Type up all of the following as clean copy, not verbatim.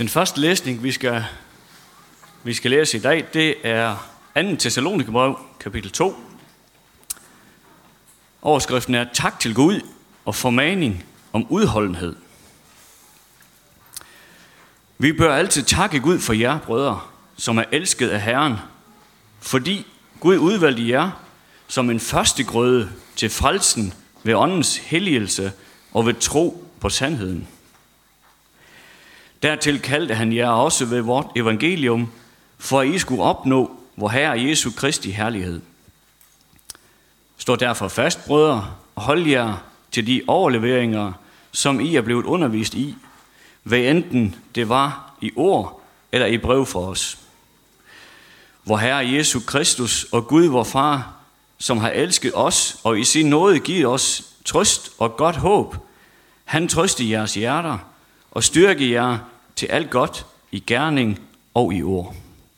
Den første læsning, vi skal læse i dag, det er 2. Thessalonikerbrev, kapitel 2. Overskriften er tak til Gud og formaning om udholdenhed. Vi bør altid takke Gud for jer, brødre, som er elsket af Herren, fordi Gud udvalgte jer som en førstegrøde til frelsen ved åndens helligelse og ved tro på sandheden. Dertil kaldte han jer også ved vort evangelium, for at I skulle opnå vor Herre Jesu Kristi herlighed. Stå derfor fast, brødre, og hold jer til de overleveringer, som I er blevet undervist i, hvad enten det var i ord eller i brev for os. Vor Herre Jesu Kristus og Gud, vor Far, som har elsket os og i sin nåde givet os trøst og godt håb, han trøste jeres hjerter og styrke jer til alt godt i gerning og i ord.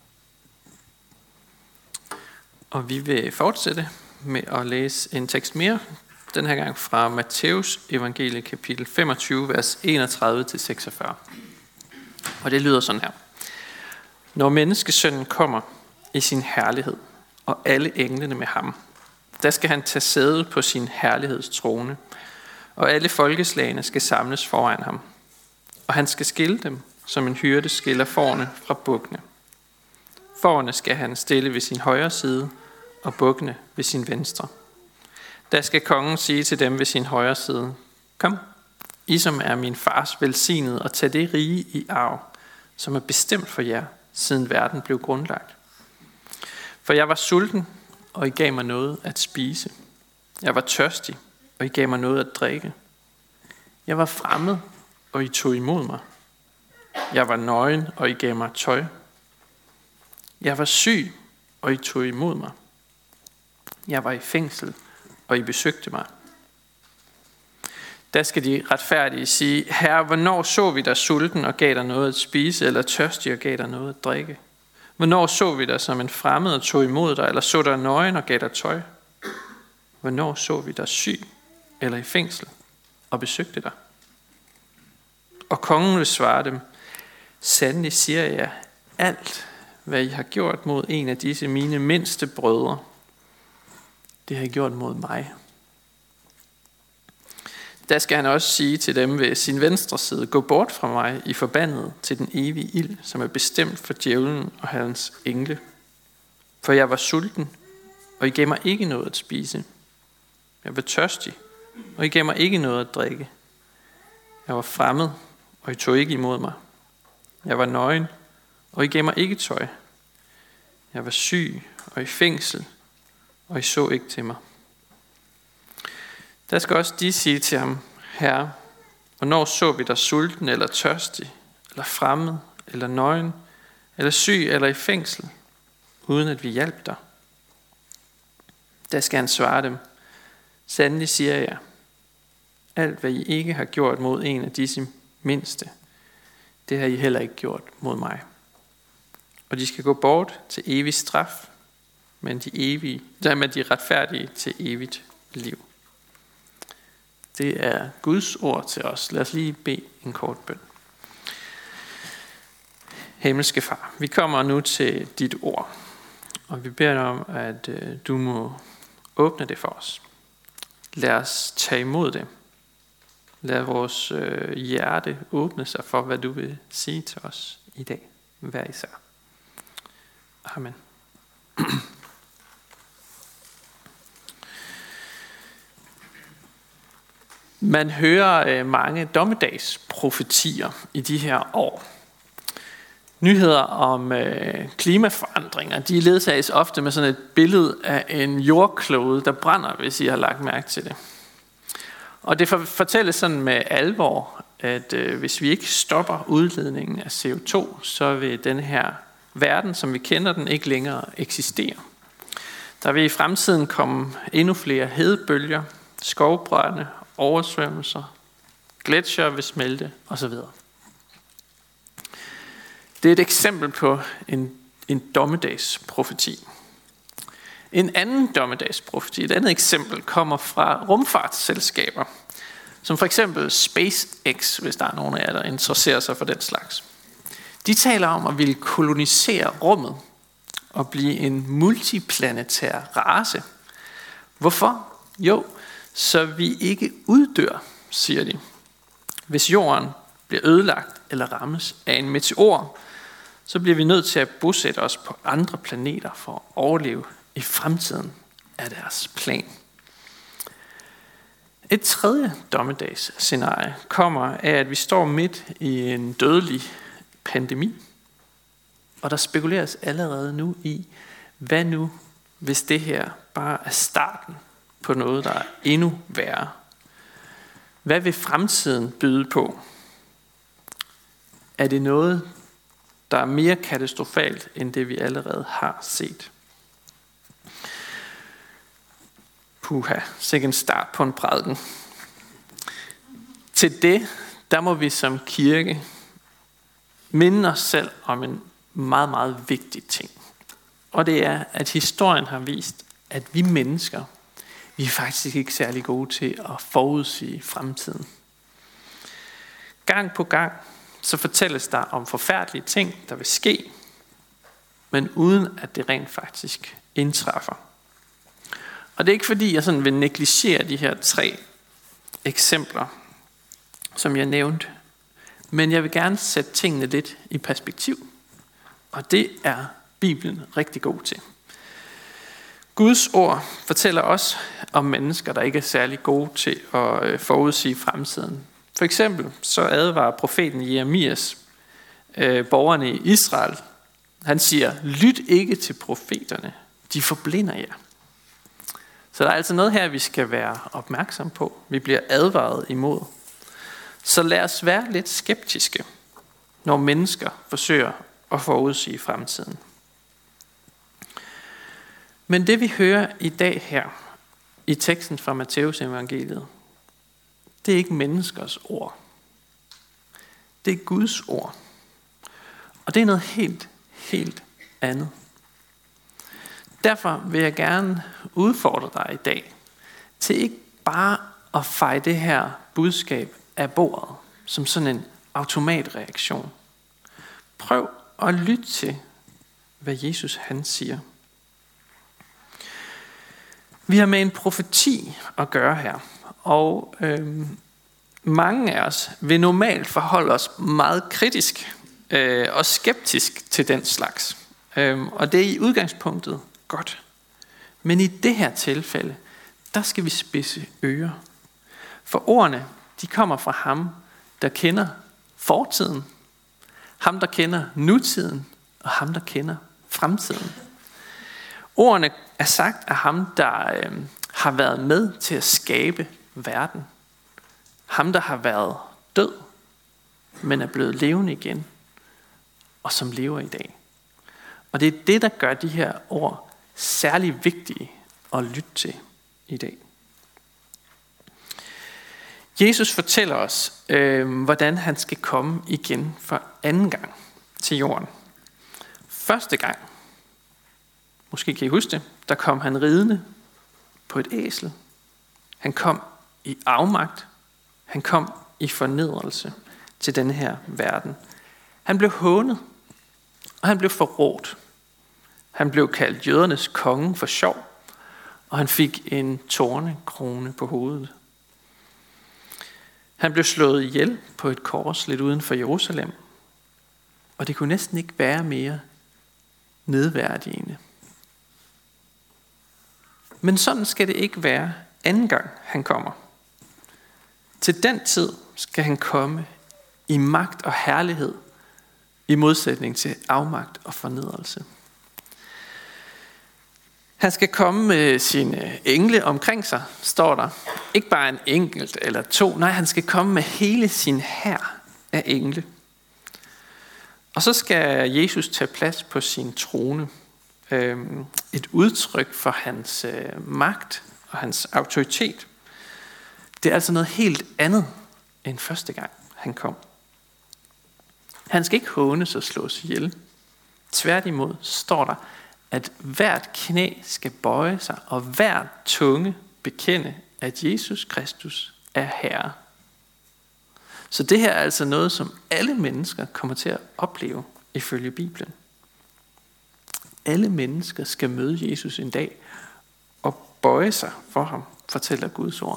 Og vi vil fortsætte med at læse en tekst mere, den her gang fra Matteus evangelie kapitel 25, vers 31-46. Og det lyder sådan her. Når menneskesønnen kommer i sin herlighed, og alle englene med ham, der skal han tage sæde på sin herlighedstrone, og alle folkeslagene skal samles foran ham. Og han skal skille dem, som en hyrde skiller fårene fra bukkene. Fårene skal han stille ved sin højre side, og bukkene ved sin venstre. Der skal kongen sige til dem ved sin højre side, kom, I som er min fars velsignede, og tag det rige i arv, som er bestemt for jer, siden verden blev grundlagt. For jeg var sulten, og I gav mig noget at spise. Jeg var tørstig, og I gav mig noget at drikke. Jeg var fremmed, og I tog imod mig. Jeg var nøgen, og I gav mig tøj. Jeg var syg, og I tog imod mig. Jeg var i fængsel, og I besøgte mig. Der skal de retfærdige sige, Herre, hvornår så vi dig sulten og gav dig noget at spise, eller tørstig og gav dig noget at drikke? Hvornår så vi dig som en fremmed og tog imod dig, eller så dig nøgen og gav dig tøj? Hvornår så vi dig syg eller i fængsel og besøgte dig? Og kongen vil svare dem, sandelig siger jeg, alt hvad I har gjort mod en af disse mine mindste brødre, det har I gjort mod mig. Der skal han også sige til dem ved sin venstre side, gå bort fra mig, I forbandet til den evige ild, som er bestemt for djævlen og hans engle. For jeg var sulten, og I gav mig ikke noget at spise. Jeg var tørstig, og I gav mig ikke noget at drikke. Jeg var fremmed, og I tog ikke imod mig. Jeg var nøgen, og I gav mig ikke tøj. Jeg var syg og i fængsel, og I så ikke til mig. Der skal også de sige til ham, Herre, hvornår så vi dig sulten eller tørstig, eller fremmed, eller nøgen, eller syg, eller i fængsel, uden at vi hjalp dig? Der skal han svare dem, sandelig siger jeg, alt hvad I ikke har gjort mod en af disse mindste, det har I heller ikke gjort mod mig. Og de skal gå bort til evig straf, men de retfærdige til evigt liv. Det er Guds ord til os. Lad os lige bede en kort bøn. Himmelske Far, vi kommer nu til dit ord, og vi beder dig om, at du må åbne det for os. Lad os tage imod det. Lad vores hjerte åbne sig for, hvad du vil sige til os i dag, hver især. Amen. Man hører mange dommedagsprofetier i de her år. Nyheder om klimaforandringer, de ledsages ofte med sådan et billede af en jordklode, der brænder, hvis I har lagt mærke til det. Og det fortælles sådan med alvor, at hvis vi ikke stopper udledningen af CO2, så vil den her verden, som vi kender den, ikke længere eksistere. Der vil i fremtiden komme endnu flere hedebølger, skovbrænde, oversvømmelser, gletsjer vil smelte osv. Det er et eksempel på en dommedagsprofeti. En anden dommedagsprofeti, et andet eksempel, kommer fra rumfartsselskaber, som for eksempel SpaceX, hvis der er nogen af jer, der interesserer sig for den slags. De taler om at ville kolonisere rummet og blive en multiplanetær race. Hvorfor? Jo, så vi ikke uddør, siger de. Hvis jorden bliver ødelagt eller rammes af en meteor, så bliver vi nødt til at bosætte os på andre planeter for at overleve i fremtiden af deres plan. Et tredje dommedagsscenarie kommer af, at vi står midt i en dødelig pandemi, og der spekuleres allerede nu i, hvad nu, hvis det her bare er starten på noget, der er endnu værre? Hvad vil fremtiden byde på? Er det noget, der er mere katastrofalt, end det vi allerede har set? Puha, sikke en start på en prædiken. Til det, der må vi som kirke minde os selv om en meget, meget vigtig ting. Og det er, at historien har vist, at vi mennesker, vi er faktisk ikke særlig gode til at forudsige fremtiden. Gang på gang, så fortælles der om forfærdelige ting, der vil ske, men uden at det rent faktisk indtræffer. Og det er ikke fordi, jeg sådan vil negligere de her 3 eksempler, som jeg nævnte, men jeg vil gerne sætte tingene lidt i perspektiv, og det er Bibelen rigtig god til. Guds ord fortæller også om mennesker, der ikke er særlig gode til at forudsige fremtiden. For eksempel så advarer profeten Jeremias borgerne i Israel. Han siger, lyt ikke til profeterne, de forblinder jer. Så der er altså noget her, vi skal være opmærksom på. Vi bliver advaret imod. Så lad os være lidt skeptiske, når mennesker forsøger at forudsige fremtiden. Men det vi hører i dag her, i teksten fra Matteus evangeliet, det er ikke menneskers ord. Det er Guds ord. Og det er noget helt andet. Derfor vil jeg gerne udfordre dig i dag til ikke bare at feje det her budskab af bordet som sådan en automatreaktion. Prøv at lytte til, hvad Jesus han siger. Vi har med en profeti at gøre her, og mange af os vil normalt forholde os meget kritisk og skeptisk til den slags. Og det er i udgangspunktet godt. Men i det her tilfælde, der skal vi spidse ører. For ordene, de kommer fra ham, der kender fortiden, ham, der kender nutiden, og ham, der kender fremtiden. Ordene er sagt af ham, der har været med til at skabe verden. Ham, der har været død, men er blevet levende igen, og som lever i dag. Og det er det, der gør de her ord særlig vigtige at lytte til i dag. Jesus fortæller os, hvordan han skal komme igen for anden gang til jorden. Første gang, måske kan I huske det, der kom han ridende på et æsel. Han kom i afmagt. Han kom i fornedrelse til denne her verden. Han blev hånet, og han blev forrådt. Han blev kaldt jødernes konge for sjov, og han fik en tornekrone på hovedet. Han blev slået ihjel på et kors lidt uden for Jerusalem, og det kunne næsten ikke være mere nedværdigende. Men sådan skal det ikke være anden gang han kommer. Til den tid skal han komme i magt og herlighed, i modsætning til afmagt og fornedrelse. Han skal komme med sine engle omkring sig, står der. Ikke bare en enkelt eller 2, nej, han skal komme med hele sin hær af engle. Og så skal Jesus tage plads på sin trone. Et udtryk for hans magt og hans autoritet. Det er altså noget helt andet end første gang han kom. Han skal ikke hånes og slås ihjel. Tværtimod står der, at hvert knæ skal bøje sig, og hver tunge bekende, at Jesus Kristus er Herre. Så det her er altså noget, som alle mennesker kommer til at opleve ifølge Bibelen. Alle mennesker skal møde Jesus en dag og bøje sig for ham, fortæller Guds ord.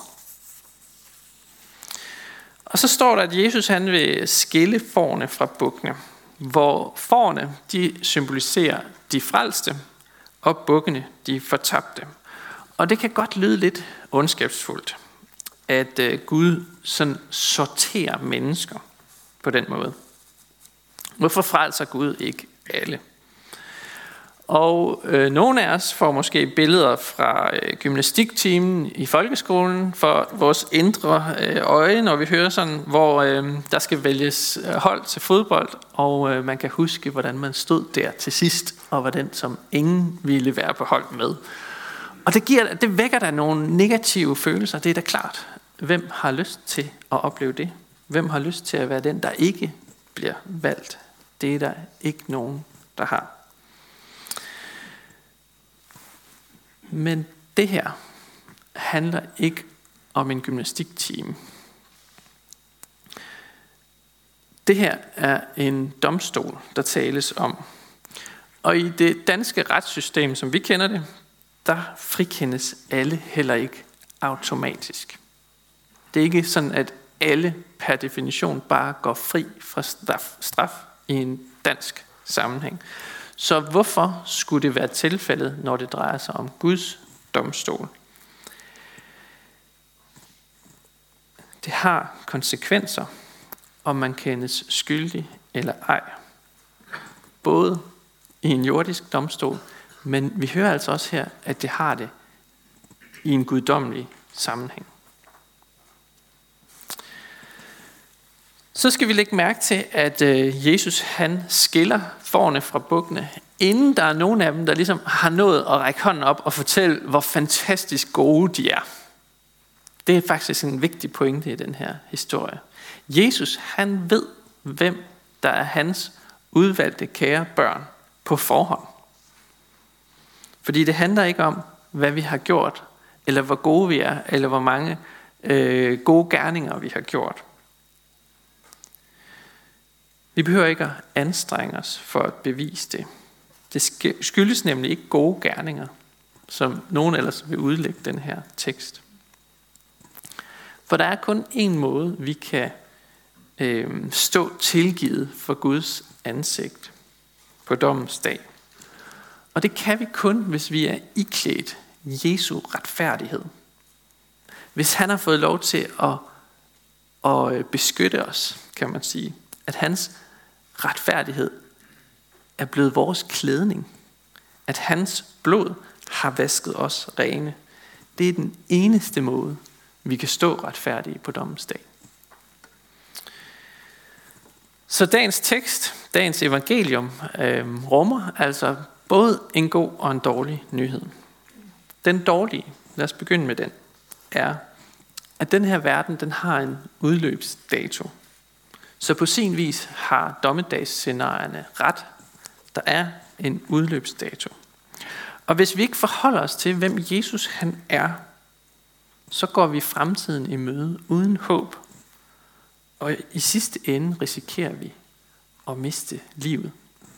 Og så står der, at Jesus han vil skille fårene fra bukkene, hvor fårene de symboliserer de frelste, og bukkene de fortabte. Og det kan godt lyde lidt ondskabsfuldt, at Gud sådan sorterer mennesker på den måde. Hvorfor frelser Gud ikke alle? Og nogle af os får måske billeder fra gymnastiktimen i folkeskolen for vores indre øje, når vi hører sådan, hvor der skal vælges hold til fodbold, og man kan huske, hvordan man stod der til sidst, og var den, som ingen ville være på hold med. Og det vækker der nogle negative følelser, det er da klart. Hvem har lyst til at opleve det? Hvem har lyst til at være den, der ikke bliver valgt? Det er der ikke nogen, der har. Men det her handler ikke om en gymnastiktime. Det her er en domstol, der tales om. Og i det danske retssystem, som vi kender det, der frikendes alle heller ikke automatisk. Det er ikke sådan, at alle per definition bare går fri fra straf i en dansk sammenhæng. Så hvorfor skulle det være tilfældet, når det drejer sig om Guds domstol? Det har konsekvenser, om man kendes skyldig eller ej. Både i en jordisk domstol, men vi hører altså også her, at det har det i en guddommelig sammenhæng. Så skal vi lægge mærke til, at Jesus han skiller fårene fra bukkene, inden der er nogen af dem, der ligesom har nået at række hånden op og fortælle, hvor fantastisk gode de er. Det er faktisk en vigtig pointe i den her historie. Jesus han ved, hvem der er hans udvalgte kære børn på forhånd. Fordi det handler ikke om, hvad vi har gjort, eller hvor gode vi er, eller hvor mange gode gerninger vi har gjort. Vi behøver ikke at anstrenge os for at bevise det. Det skyldes nemlig ikke gode gerninger, som nogen ellers vil udlægge den her tekst. For der er kun én måde, vi kan stå tilgivet for Guds ansigt på dommens dag. Og det kan vi kun, hvis vi er iklædt Jesu retfærdighed. Hvis han har fået lov til at beskytte os, kan man sige. At hans retfærdighed er blevet vores klædning. At hans blod har vasket os rene. Det er den eneste måde, vi kan stå retfærdige på dommens dag. Så dagens tekst, dagens evangelium, rummer altså både en god og en dårlig nyhed. Den dårlige, lad os begynde med den, er, at den her verden, den har en udløbsdato. Så på sin vis har dommedagsscenarierne ret. Der er en udløbsdato. Og hvis vi ikke forholder os til, hvem Jesus han er, så går vi fremtiden i møde uden håb. Og i sidste ende risikerer vi at miste livet.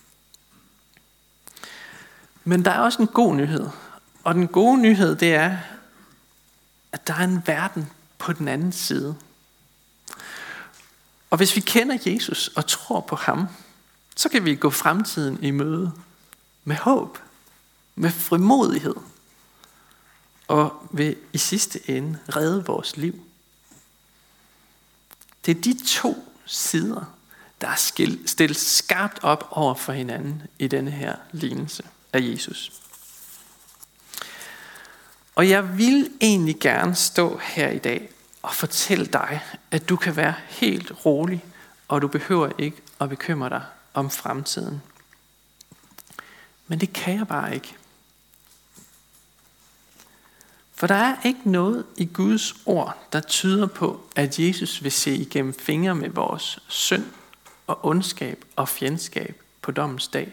Men der er også en god nyhed. Og den gode nyhed, det er, at der er en verden på den anden side. Og hvis vi kender Jesus og tror på ham, så kan vi gå fremtiden i møde med håb, med frimodighed, og vil i sidste ende redde vores liv. Det er de to sider, der er stillet skarpt op over for hinanden i denne her lignelse af Jesus. Og jeg vil egentlig gerne stå her i dag og fortælle dig, at du kan være helt rolig, og du behøver ikke at bekymre dig om fremtiden. Men det kan jeg bare ikke. For der er ikke noget i Guds ord, der tyder på, at Jesus vil se igennem fingre med vores synd og ondskab og fjendskab på dommens dag.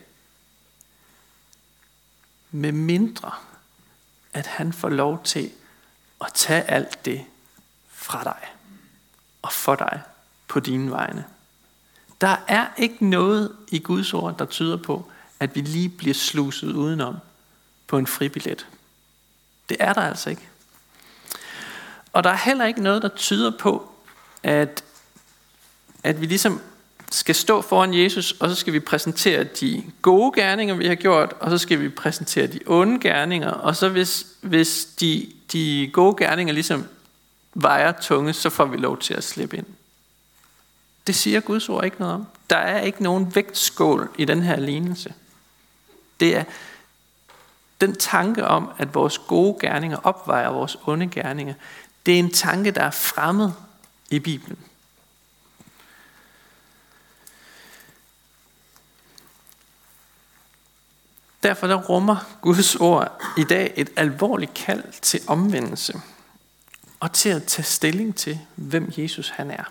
Med mindre, at han får lov til at tage alt det fra dig og for dig på dine vegne. Der er ikke noget i Guds ord, der tyder på, at vi lige bliver sluset udenom på en fribillet. Det er der altså ikke. Og der er heller ikke noget, der tyder på, at vi ligesom skal stå foran Jesus, og så skal vi præsentere de gode gerninger, vi har gjort, og så skal vi præsentere de onde gerninger, og så hvis de gode gerninger ligesom vejer tunge, så får vi lov til at slippe ind. Det siger Guds ord ikke noget om. Der er ikke nogen vægtskål i den her lignelse. Det er den tanke om, at vores gode gerninger opvejer vores onde gerninger. Det er en tanke, der er fremmed i Bibelen. Derfor der rummer Guds ord i dag et alvorligt kald til omvendelse og til at tage stilling til, hvem Jesus han er.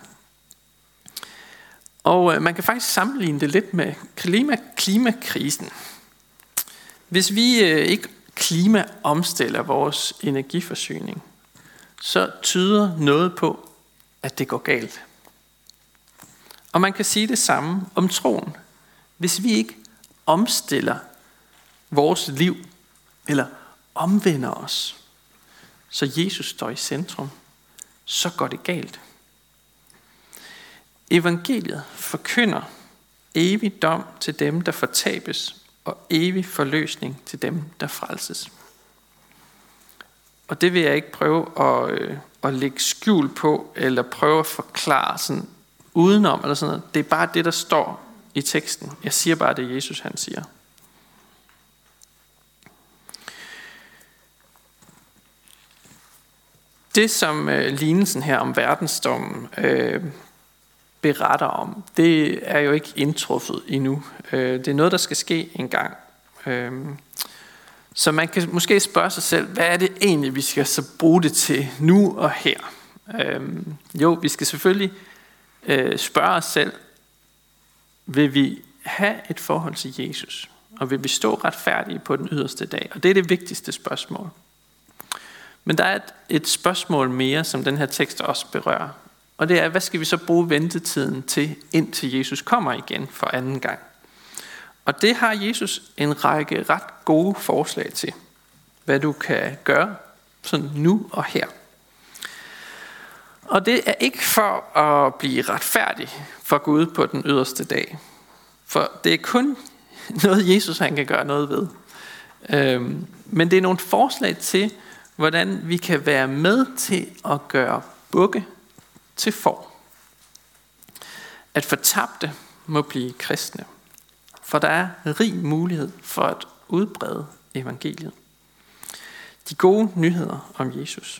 Og man kan faktisk sammenligne det lidt med klimakrisen. Hvis vi ikke klimaomstiller vores energiforsyning, så tyder noget på, at det går galt. Og man kan sige det samme om troen. Hvis vi ikke omstiller vores liv, eller omvender os, så Jesus står i centrum, så går det galt. Evangeliet forkynder evig dom til dem, der fortabes, og evig forløsning til dem, der frelses. Og det vil jeg ikke prøve at lægge skjul på, eller prøve at forklare sådan udenom, eller sådan noget. Det er bare det, der står i teksten. Jeg siger bare det, Jesus han siger. Det, som lignelsen her om verdensdommen beretter om, det er jo ikke indtruffet endnu. Det er noget, der skal ske engang. Så man kan måske spørge sig selv, hvad er det egentlig, vi skal så bruge det til nu og her? Jo, vi skal selvfølgelig spørge os selv, vil vi have et forhold til Jesus? Og vil vi stå retfærdige på den yderste dag? Og det er det vigtigste spørgsmål. Men der er et spørgsmål mere, som den her tekst også berører. Og det er, hvad skal vi så bruge ventetiden til, indtil Jesus kommer igen for anden gang? Og det har Jesus en række ret gode forslag til, hvad du kan gøre sådan nu og her. Og det er ikke for at blive retfærdig for Gud på den yderste dag. For det er kun noget, Jesus han kan gøre noget ved. Men det er nogle forslag til, hvordan vi kan være med til at gøre bukke til får. At fortabte må blive kristne. For der er rig mulighed for at udbrede evangeliet. De gode nyheder om Jesus.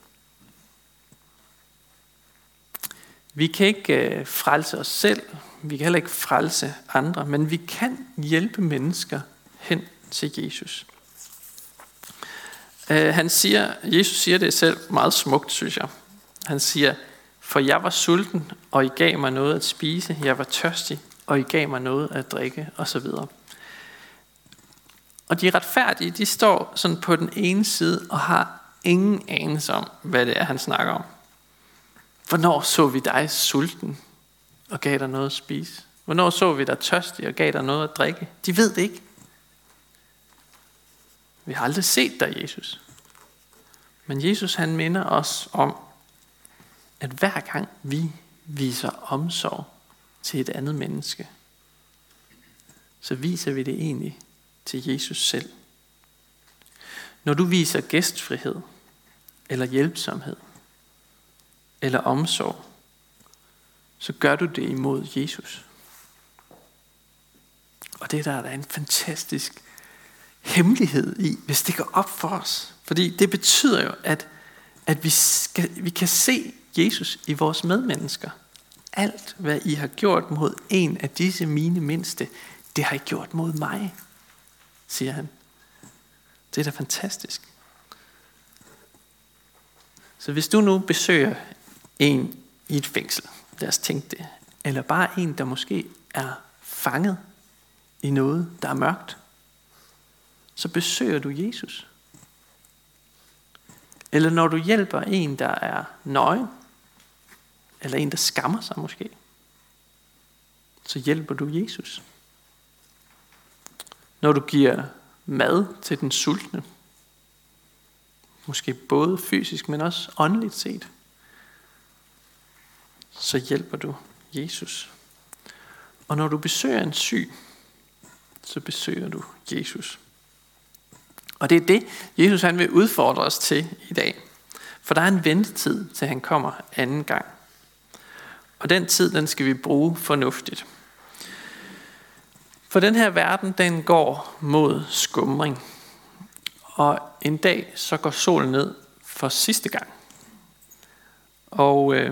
Vi kan ikke frelse os selv. Vi kan heller ikke frelse andre. Men vi kan hjælpe mennesker hen til Jesus. Jesus siger det selv meget smukt, synes jeg. Han siger, for jeg var sulten, og I gav mig noget at spise. Jeg var tørstig, og I gav mig noget at drikke, osv. Og de retfærdige, de står sådan på den ene side, og har ingen anelse om, hvad det er, han snakker om. Hvornår så vi dig sulten, og gav dig noget at spise? Hvornår så vi dig tørstig, og gav dig noget at drikke? De ved det ikke. Vi har aldrig set dig, Jesus. Men Jesus han minder os om, at hver gang vi viser omsorg til et andet menneske, så viser vi det egentlig til Jesus selv. Når du viser gæstfrihed, eller hjælpsomhed, eller omsorg, så gør du det imod Jesus. Og det der er en fantastisk hemmelighed i, hvis det går op for os. Fordi det betyder jo, at vi kan se Jesus i vores medmennesker. Alt, hvad I har gjort mod en af disse mine mindste, det har I gjort mod mig, siger han. Det er da fantastisk. Så hvis du nu besøger en i et fængsel, lad os tænke det, eller bare en, der måske er fanget i noget, der er mørkt, så besøger du Jesus. Eller når du hjælper en, der er nøgen, eller en, der skammer sig måske, så hjælper du Jesus. Når du giver mad til den sultne, måske både fysisk, men også åndeligt set, så hjælper du Jesus. Og når du besøger en syg, så besøger du Jesus. Og det er det, Jesus han vil udfordre os til i dag. For der er en ventetid, til han kommer anden gang. Og den tid, den skal vi bruge fornuftigt. For den her verden, den går mod skumring. Og en dag, så går solen ned for sidste gang. Og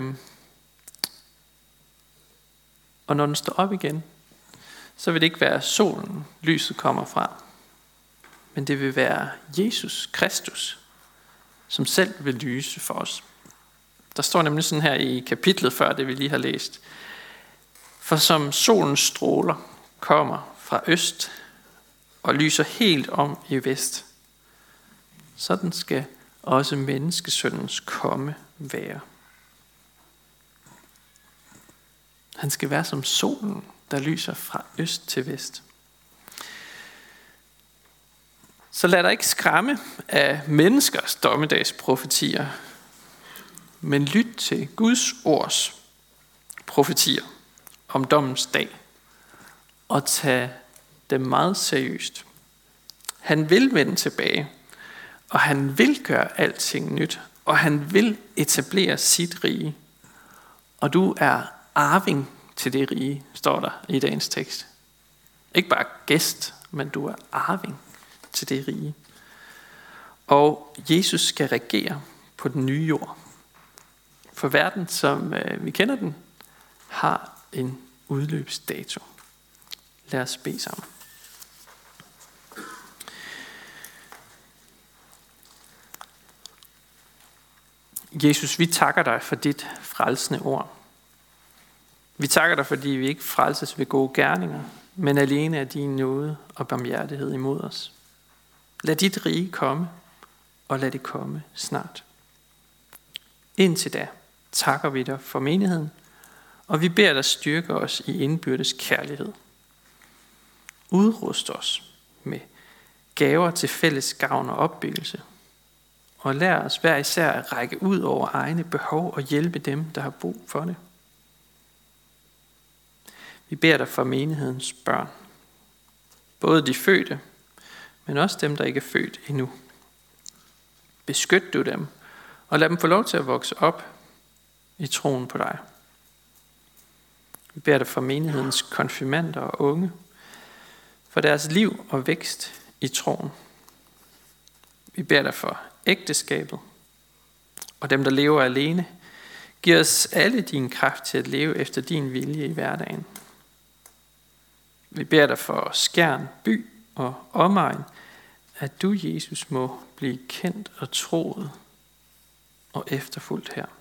når den står op igen, så vil det ikke være solen, lyset kommer fra. Men det vil være Jesus Kristus, som selv vil lyse for os. Der står nemlig sådan her i kapitlet før det vi lige har læst. For som solens stråler kommer fra øst og lyser helt om i vest, sådan skal også menneskesøndens komme være. Han skal være som solen, der lyser fra øst til vest. Så lad dig ikke skræmme af menneskers dommedagsprofetier, men lyt til Guds ords profetier om dommens dag, og tag dem meget seriøst. Han vil vende tilbage, og han vil gøre alting nyt, og han vil etablere sit rige. Og du er arving til det rige, står der i dagens tekst. Ikke bare gæst, men du er arving til det rige. Og Jesus skal regere på den nye jord. For verden, som vi kender den, har en udløbsdato. Lad os bede sammen. Jesus, vi takker dig for dit frelsende ord. Vi takker dig, fordi vi ikke frelses ved gode gerninger, men alene af din nåde og barmhjertighed imod os. Lad dit rige komme, og lad det komme snart. Indtil da takker vi dig for menigheden, og vi beder dig styrke os i indbyrdes kærlighed. Udrust os med gaver til fælles gavn og opbyggelse, og lær os hver især at række ud over egne behov og hjælpe dem, der har brug for det. Vi beder dig for menighedens børn, både de fødte, men også dem, der ikke er født endnu. Beskyt du dem, og lad dem få lov til at vokse op i troen på dig. Vi beder dig for menighedens konfirmander og unge, for deres liv og vækst i troen. Vi beder dig for ægteskabet, og dem, der lever alene. Giv os alle din kraft til at leve efter din vilje i hverdagen. Vi beder dig for Skjern by og omegn, at du, Jesus, må blive kendt og troet og efterfulgt her.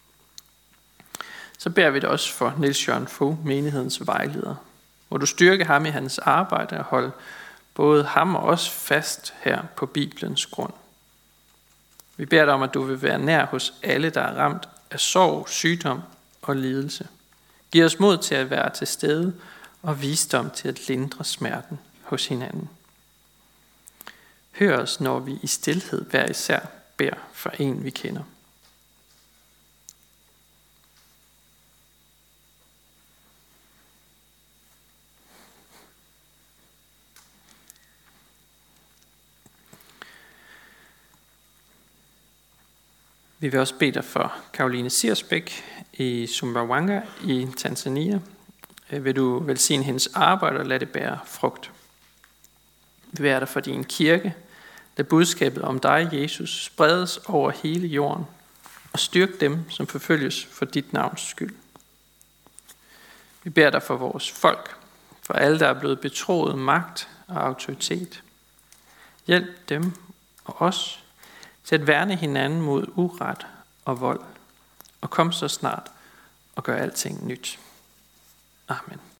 Så beder vi dig også for Niels Jørgen Fogh, menighedens vejleder. Må du styrke ham i hans arbejde og holde både ham og os fast her på Bibelens grund. Vi beder dig om, at du vil være nær hos alle, der er ramt af sorg, sygdom og lidelse. Giv os mod til at være til stede og visdom til at lindre smerten hos hinanden. Hør os, når vi i stilhed hver især beder for en, vi kender. Vi vil også bede dig for Caroline Siersbæk i Sumbawanga i Tanzania. Vil du velsigne hendes arbejde og lade det bære frugt. Vi beder dig for din kirke. Lad budskabet om dig, Jesus, spredes over hele jorden og styrk dem, som forfølges for dit navns skyld. Vi beder dig for vores folk, for alle, der er blevet betroet magt og autoritet. Hjælp dem og os til at værne hinanden mod uret og vold, og kom så snart og gør alting nyt. Amen.